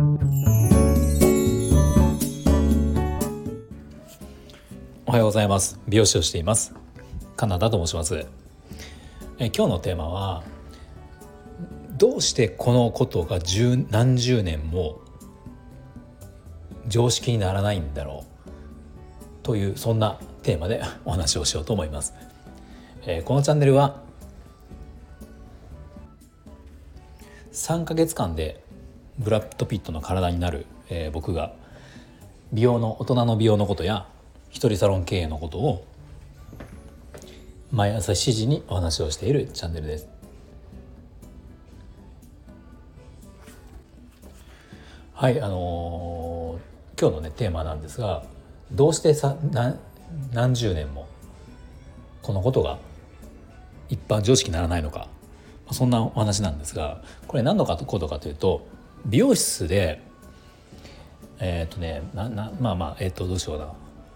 おはようございます。美容師をしていますカナダと申します。今日のテーマは、どうしてこのことが何十年も常識にならないんだろうという、そんなテーマでお話をしようと思います。このチャンネルは3ヶ月間でブラッド・ピットの体になる、僕が大人の美容のことや一人サロン経営のことを毎朝7時にお話をしているチャンネルです。はい、今日のねテーマなんですが、どうして何十年もこのことが一般常識にならないのか、そんなお話なんですが、これ何のことかというと、美容室でどうしような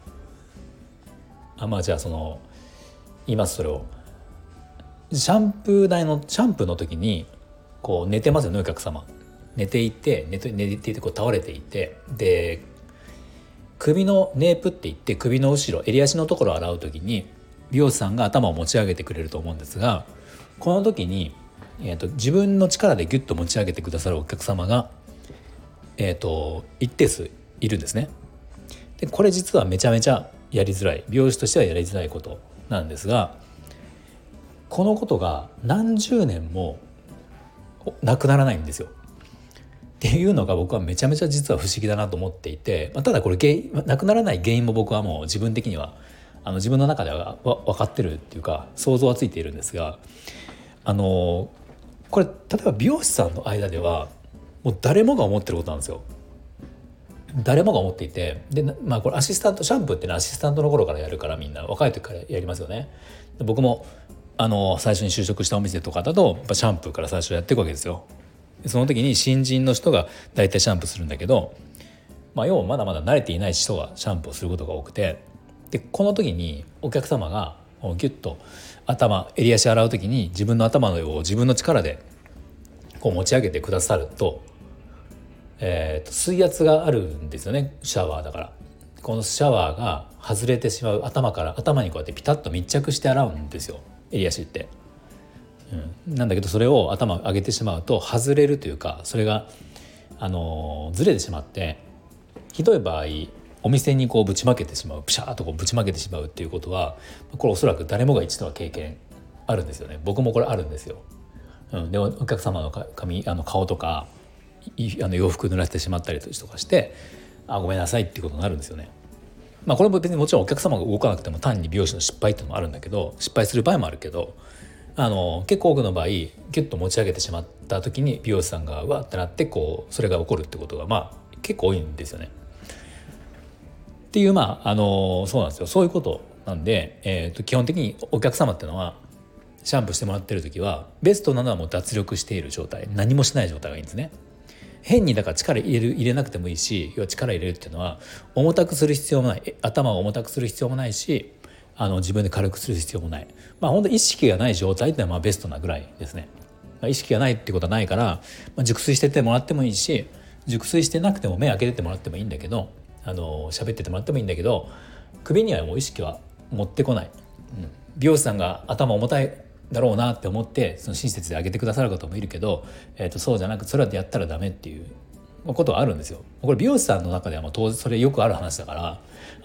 じゃあ言います。それをシャンプーの時にこう寝てますよね。お客様寝ていてこう倒れていて、で首のネープって言って、首の後ろ襟足のところを洗う時に美容師さんが頭を持ち上げてくれると思うんですが、この時に、自分の力でギュッと持ち上げてくださるお客様が、一定数いるんですね。でこれ実はめちゃめちゃやりづらい、美容師としてはやりづらいことなんですが、このことが何十年もなくならないんですよ。っていうのが僕はめちゃめちゃ実は不思議だなと思っていて、ただこれなくならない原因も僕はもう自分的には自分の中では分かってるっていうか、想像はついているんですが、これ例えば美容師さんの間ではもう誰もが思ってることなんですよ。誰もが思っていて、でこれアシスタントシャンプーってのはアシスタントの頃からやるから、みんな若い時からやりますよね。で僕も最初に就職したお店とかだとシャンプーから最初やっていくわけですよ。その時に新人の人が大体シャンプーするんだけど、要はまだまだ慣れていない人がシャンプーをすることが多くて、でこの時にお客様がギュッと襟足洗う時に自分の頭の上を自分の力でこう持ち上げてくださると、水圧があるんですよね。シャワーだから、このシャワーが外れてしまう、頭にこうやってピタッと密着して洗うんですよ、襟足って。なんだけど、それを頭上げてしまうと外れるというか、それがずれてしまって、ひどい場合お店にこうぶちまけてしまう、プシャーとこうぶちまけてしまうっていうことは、これおそらく誰もが一度は経験あるんですよね。僕もこれあるんですよ。でお客様の顔とか洋服濡らしてしまったりとかして、ごめんなさいっていうことになるんですよね。これも別にもちろんお客様が動かなくても単に美容師の失敗っていうのもあるんだけど、失敗する場合もあるけど、結構多くの場合ギュッと持ち上げてしまった時に美容師さんがうわってなって、こうそれが起こるってことが結構多いんですよね。っていうそうなんですよ。そういうことなんで、基本的にお客様っていうのはシャンプーしてもらってる時はベストなのはもう脱力している状態、何もしない状態がいいんですね。変にだから力入れなくてもいいし、要は力入れるっていうのは重たくする必要もない、頭を重たくする必要もないし、自分で軽くする必要もない、本当に意識がない状態っていうのはベストなぐらいですね。意識がないってことはないから、熟睡しててもらってもいいし、熟睡してなくても目開けててもらってもいいんだけど、喋っててもらってもいいんだけど、首にはもう意識は持ってこない、美容師さんが頭重たいだろうなって思ってその親切で上げてくださる方もいるけど、そうじゃなくそれはやったらダメっていうことがあるんですよ。これ美容師さんの中では当然それよくある話だから、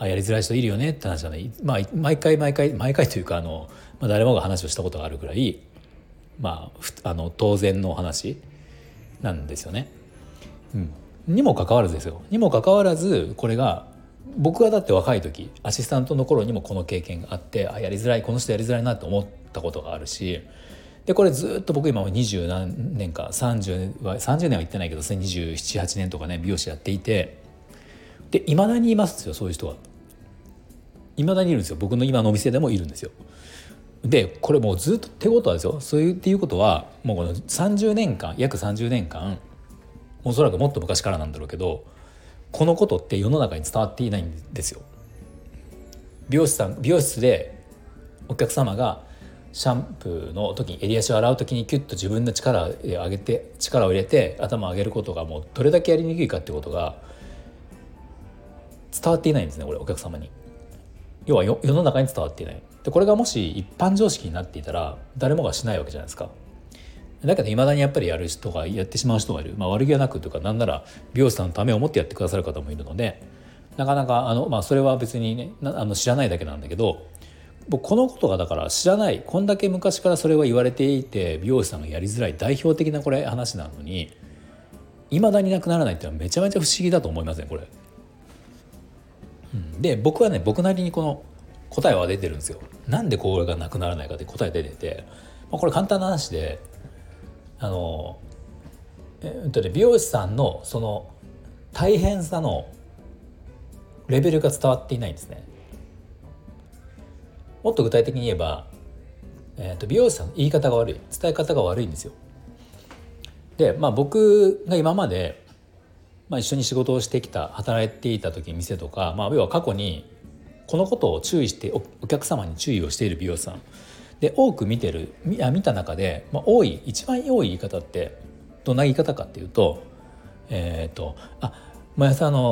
やりづらい人いるよねって話はね、毎回というか誰もが話をしたことがあるぐらい、当然の話なんですよね。にもかかわらずこれが、僕はだって若い時アシスタントの頃にもこの経験があって、この人やりづらいなと思ったことがあるし、でこれずっと僕今も20何年か30年は言ってないけど27、8年とかね美容師やっていて、でいまだにいますよ。そういう人はいまだにいるんですよ。僕の今のお店でもいるんですよ。でこれもうずっと手応えですよ。そういうっていうことはもうこの約30年間、おそらくもっと昔からなんだろうけど、このことって世の中に伝わっていないんですよ。美容室でお客様がシャンプーの時に襟足を洗う時にキュッと自分の力を上げて力を入れて頭を上げることがもうどれだけやりにくいかってことが伝わっていないんですね、これお客様に。要は世の中に伝わっていない。でこれがもし一般常識になっていたら誰もがしないわけじゃないですか。だけどいまだにやっぱりやる人がやってしまう人がいる、悪気はなくというか、なんなら美容師さんのためを思ってやってくださる方もいるので、なかなかそれは別にね知らないだけなんだけど、僕このことがだから知らない、こんだけ昔からそれは言われていて美容師さんがやりづらい代表的なこれ話なのにいまだになくならないっていうのはめちゃめちゃ不思議だと思いませんこれ。で僕はね僕なりにこの答えは出てるんですよ。なんでこれがなくならないかって答え出てて、これ簡単な話で美容師さんのその大変さのレベルが伝わっていないんですね。もっと具体的に言えば、美容師さんの言い方が悪い、伝え方が悪いんですよ。で、僕が今まで、一緒に仕事をしてきた働いていた時店とか、要は過去にこのことを注意してお客様に注意をしている美容師さんで多く見た中で、一番多い言い方ってどんな言い方かっていうと「前さん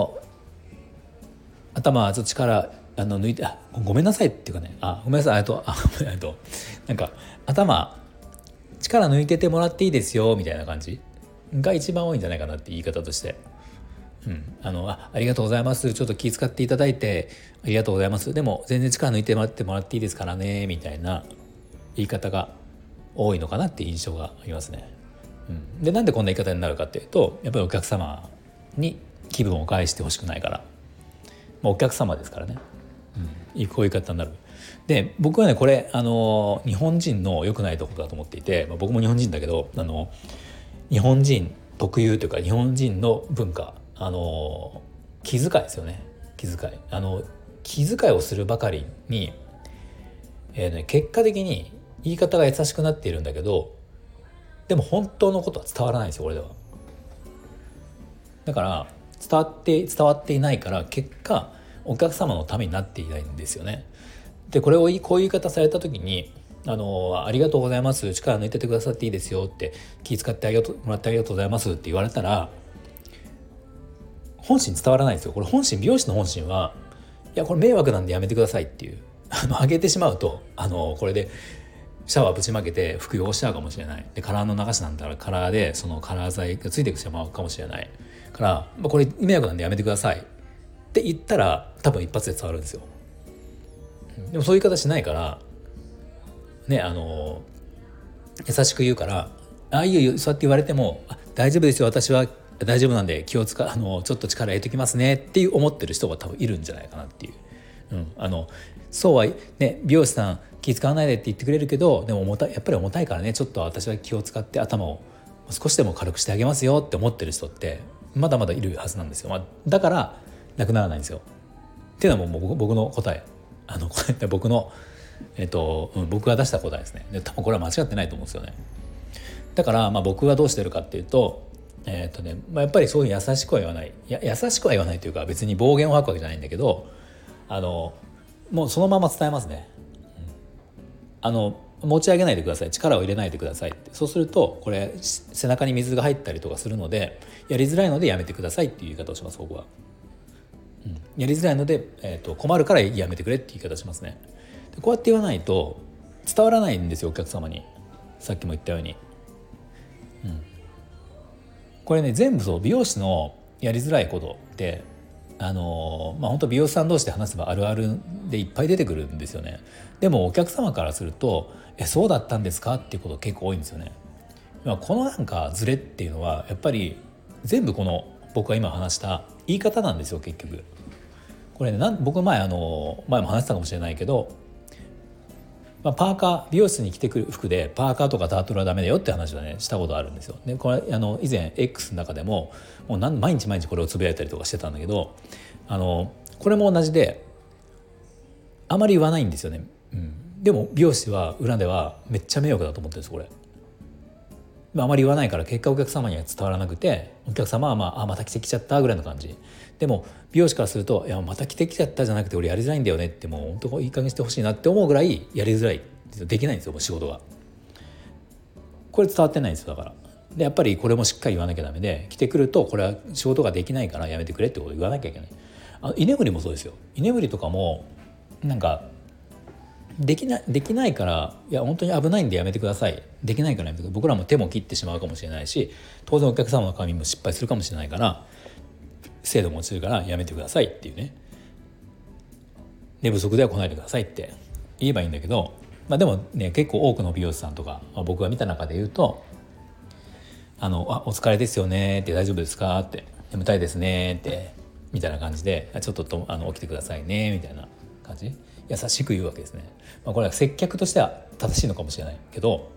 頭ちょっと力抜いてごめんなさい」っていうかねごめんなさいなんか頭力抜いててもらっていいですよみたいな感じが一番多いんじゃないかなって言い方として。ありがとうございます、ちょっと気遣っていただいてありがとうございます、でも全然力抜いてもらっていいですからねみたいな言い方が多いのかなっていう印象がありますね。でなんでこんな言い方になるかっていうと、やっぱりお客様に気分を返してほしくないから、お客様ですからね、こういう言い方になる。で僕はねこれ日本人の良くないところだと思っていて、僕も日本人だけど日本人特有というか日本人の文化気遣いですよね。気遣いをするばかりに、結果的に言い方が優しくなっているんだけど、でも本当のことは伝わらないんですよこれでは。だから伝わっていないから結果お客様のためになっていないんですよね。でこういう言い方された時にありがとうございます、力抜いててくださっていいですよって、気遣ってもらってありがとうございますって言われたら本心伝わらないんですよ。これ美容師の本心はいやこれ迷惑なんでやめてくださいっていう上げてしまうとこれでシャワーぶちまけて服汚しちゃうかもしれない。でカラーの流しなんだからカラーでそのカラー剤がついてきてしまうかもしれないから、これ迷惑なんでやめてくださいって言ったら多分一発で伝わるんですよ。でもそういう言い方しないからね、優しく言うからいいよそうやって言われても大丈夫ですよ私は大丈夫なんでちょっと力入れときますねっていう思ってる人が多分いるんじゃないかなっていう、そうはね美容師さん気使わないでって言ってくれるけど、でもやっぱり重たいからねちょっと私は気を使って頭を少しでも軽くしてあげますよって思ってる人ってまだまだいるはずなんですよ。だからなくならないんですよっていうのはもう僕の答えこれって僕の僕が出した答えですね。で多分これは間違ってないと思うんですよね。だから僕はどうしてるかっていうとやっぱりそういう優しくは言わない、優しくは言わないというか別に暴言を吐くわけじゃないんだけどもうそのまま伝えますね。持ち上げないでください、力を入れないでくださいって。そうするとこれ背中に水が入ったりとかするのでやりづらいのでやめてくださいっていう言い方をします僕は。やりづらいので、困るからやめてくれって言い方しますね。でこうやって言わないと伝わらないんですよお客様に。さっきも言ったように、これね全部そう美容師のやりづらいことって本当美容師さん同士で話せばあるあるでいっぱい出てくるんですよね。でもお客様からするとそうだったんですかっていうこと結構多いんですよね。このなんかズレっていうのはやっぱり全部この僕が今話した言い方なんですよ結局。これね僕前も話したかもしれないけど、パーカー美容室に着てくる服でパーカーとかタートルはダメだよって話はねしたことあるんですよ。でこれ以前 X の中でも毎日これをつぶやいたりとかしてたんだけどこれも同じであまり言わないんですよね。でも美容師は裏ではめっちゃ迷惑だと思ってるんですこれ。あまり言わないから結果お客様には伝わらなくて、お客様はまた着てきちゃったぐらいの感じでも美容師からするといやまた着てきちゃったじゃなくて俺やりづらいんだよねってもう本当いい加減してほしいなって思うぐらいやりづらいできないんですよ、もう仕事が。これ伝わってないんですよ。だからでやっぱりこれもしっかり言わなきゃダメで、来てくるとこれは仕事ができないからやめてくれってことを言わなきゃいけない。居眠りもそうですよ。居眠りとかもなんかできないから、いや本当に危ないんでやめてください、できないからやめてください、僕らも手も切ってしまうかもしれないし、当然お客様の髪も失敗するかもしれないから、精度も落ちるからやめてくださいっていうね、寝不足では来ないでくださいって言えばいいんだけど、でもね結構多くの美容師さんとか、僕が見た中で言うとお疲れですよねって大丈夫ですかって眠たいですねってみたいな感じでちょっと起きてくださいねみたいな感じ優しく言うわけですね。これは接客としては正しいのかもしれないけど、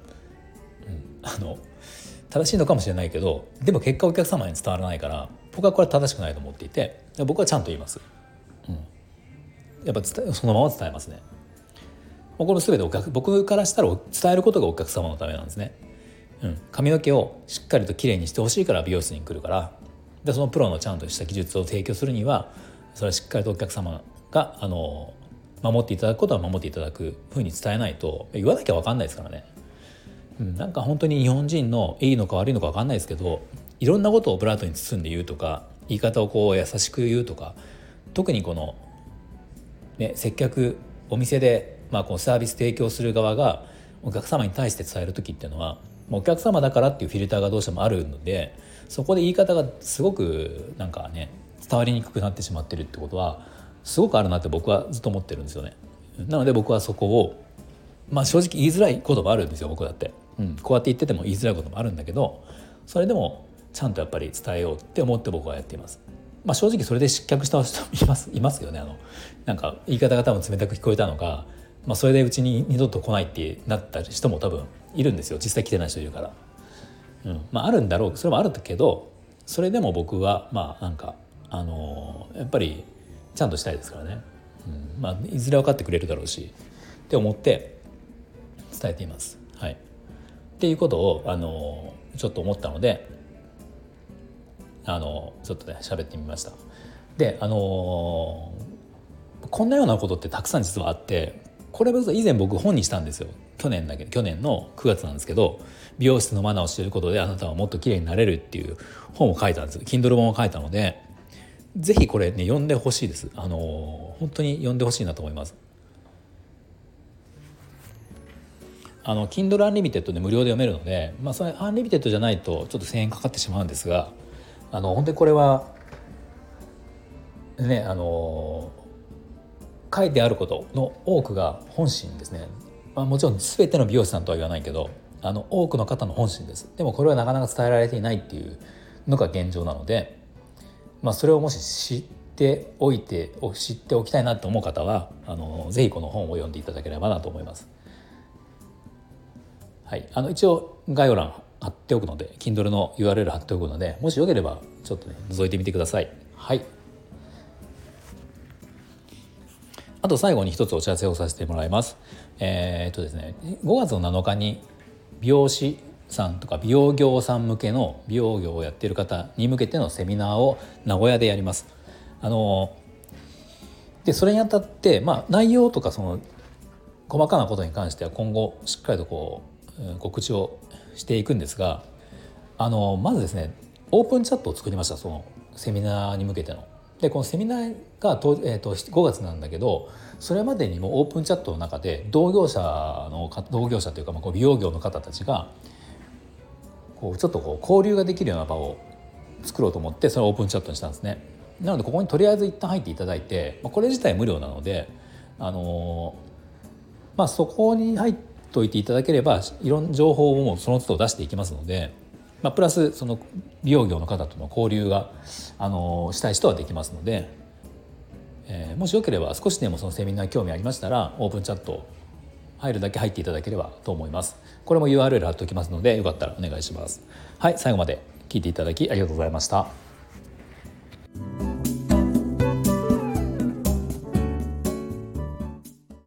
正しいのかもしれないけど、でも結果お客様に伝わらないから僕はこれは正しくないと思っていて、僕はちゃんと言います。やっぱそのまま伝えますね。この全て僕からしたら伝えることがお客様のためなんですね。髪の毛をしっかりときれいにしてほしいから美容室に来るから、でそのプロのちゃんとした技術を提供するにはそれはしっかりとお客様が守っていただくことは守っていただくふうに伝えないと、言わなきゃ分かんないですからね。なんか本当に日本人のいいのか悪いのか分かんないですけど、いろんなことをブラートに包んで言うとか、言い方をこう優しく言うとか、特にこの、接客お店で、こうサービス提供する側がお客様に対して伝える時っていうのはお客様だからっていうフィルターがどうしてもあるので、そこで言い方がすごくなんかね伝わりにくくなってしまってるってことはすごくあるなって僕はずっと思ってるんですよね。なので僕はそこを正直言いづらいこともあるんですよ、僕だって。こうやって言ってても言いづらいこともあるんだけど、それでもちゃんとやっぱり伝えようって思って僕はやっています。正直それで失脚した人もいますよね。なんか言い方が多分冷たく聞こえたのか、それでうちに二度と来ないってなった人も多分いるんですよ。実際来てない人いるから、あるんだろう、それもあるけど、それでも僕はなんかやっぱりちゃんとしたいですからね。いずれ分かってくれるだろうしって思って伝えています。っていうことをちょっと思ったのでちょっとね喋ってみました。でこんなようなことってたくさん実はあって、これこそ以前僕本にしたんですよ。去年の9月なんですけど、美容室のマナーをしていることであなたはもっと綺麗になれるっていう本を書いたんです。 Kindle 本を書いたので、ぜひこれね読んでほしいです。本当に読んでほしいなと思います。Kindle Unlimited で無料で読めるので、それアンリミテッドじゃないとちょっと1000円かかってしまうんですが、本当にこれはね書いてあることの多くが本心ですね。もちろん全ての美容師さんとは言わないけど多くの方の本心です。でもこれはなかなか伝えられていないっていうのが現状なので、それをもし知っておきたいなと思う方はぜひこの本を読んでいただければなと思います。一応概要欄貼っておくので Kindle の URL 貼っておくので、もしよければちょっとね覗いてみてください。あと最後に一つお知らせをさせてもらいます。ですね、5月の7日に美容師さんとか美容業さん向けの美容業をやっている方に向けてのセミナーを名古屋でやります。でそれにあたって、内容とかその細かなことに関しては今後しっかりと告知をしていくんですが、まずですねオープンチャットを作りました。そのセミナーに向けての。でこのセミナーが5月なんだけど、それまでにもオープンチャットの中で同業者というか、美容業の方たちがちょっと交流ができるような場を作ろうと思って、それをオープンチャットにしたんですね。なのでここにとりあえず一旦入っていただいて、これ自体無料なのでそこに入っておいていただければいろんな情報をもうその都度出していきますので、プラスその美容業の方との交流がしたい人はできますので、もしよければ少しでもそのセミナー興味ありましたらオープンチャット入るだけ入っていただければと思います。これも URL 貼っておきますのでよかったらお願いします。最後まで聞いていただきありがとうございました。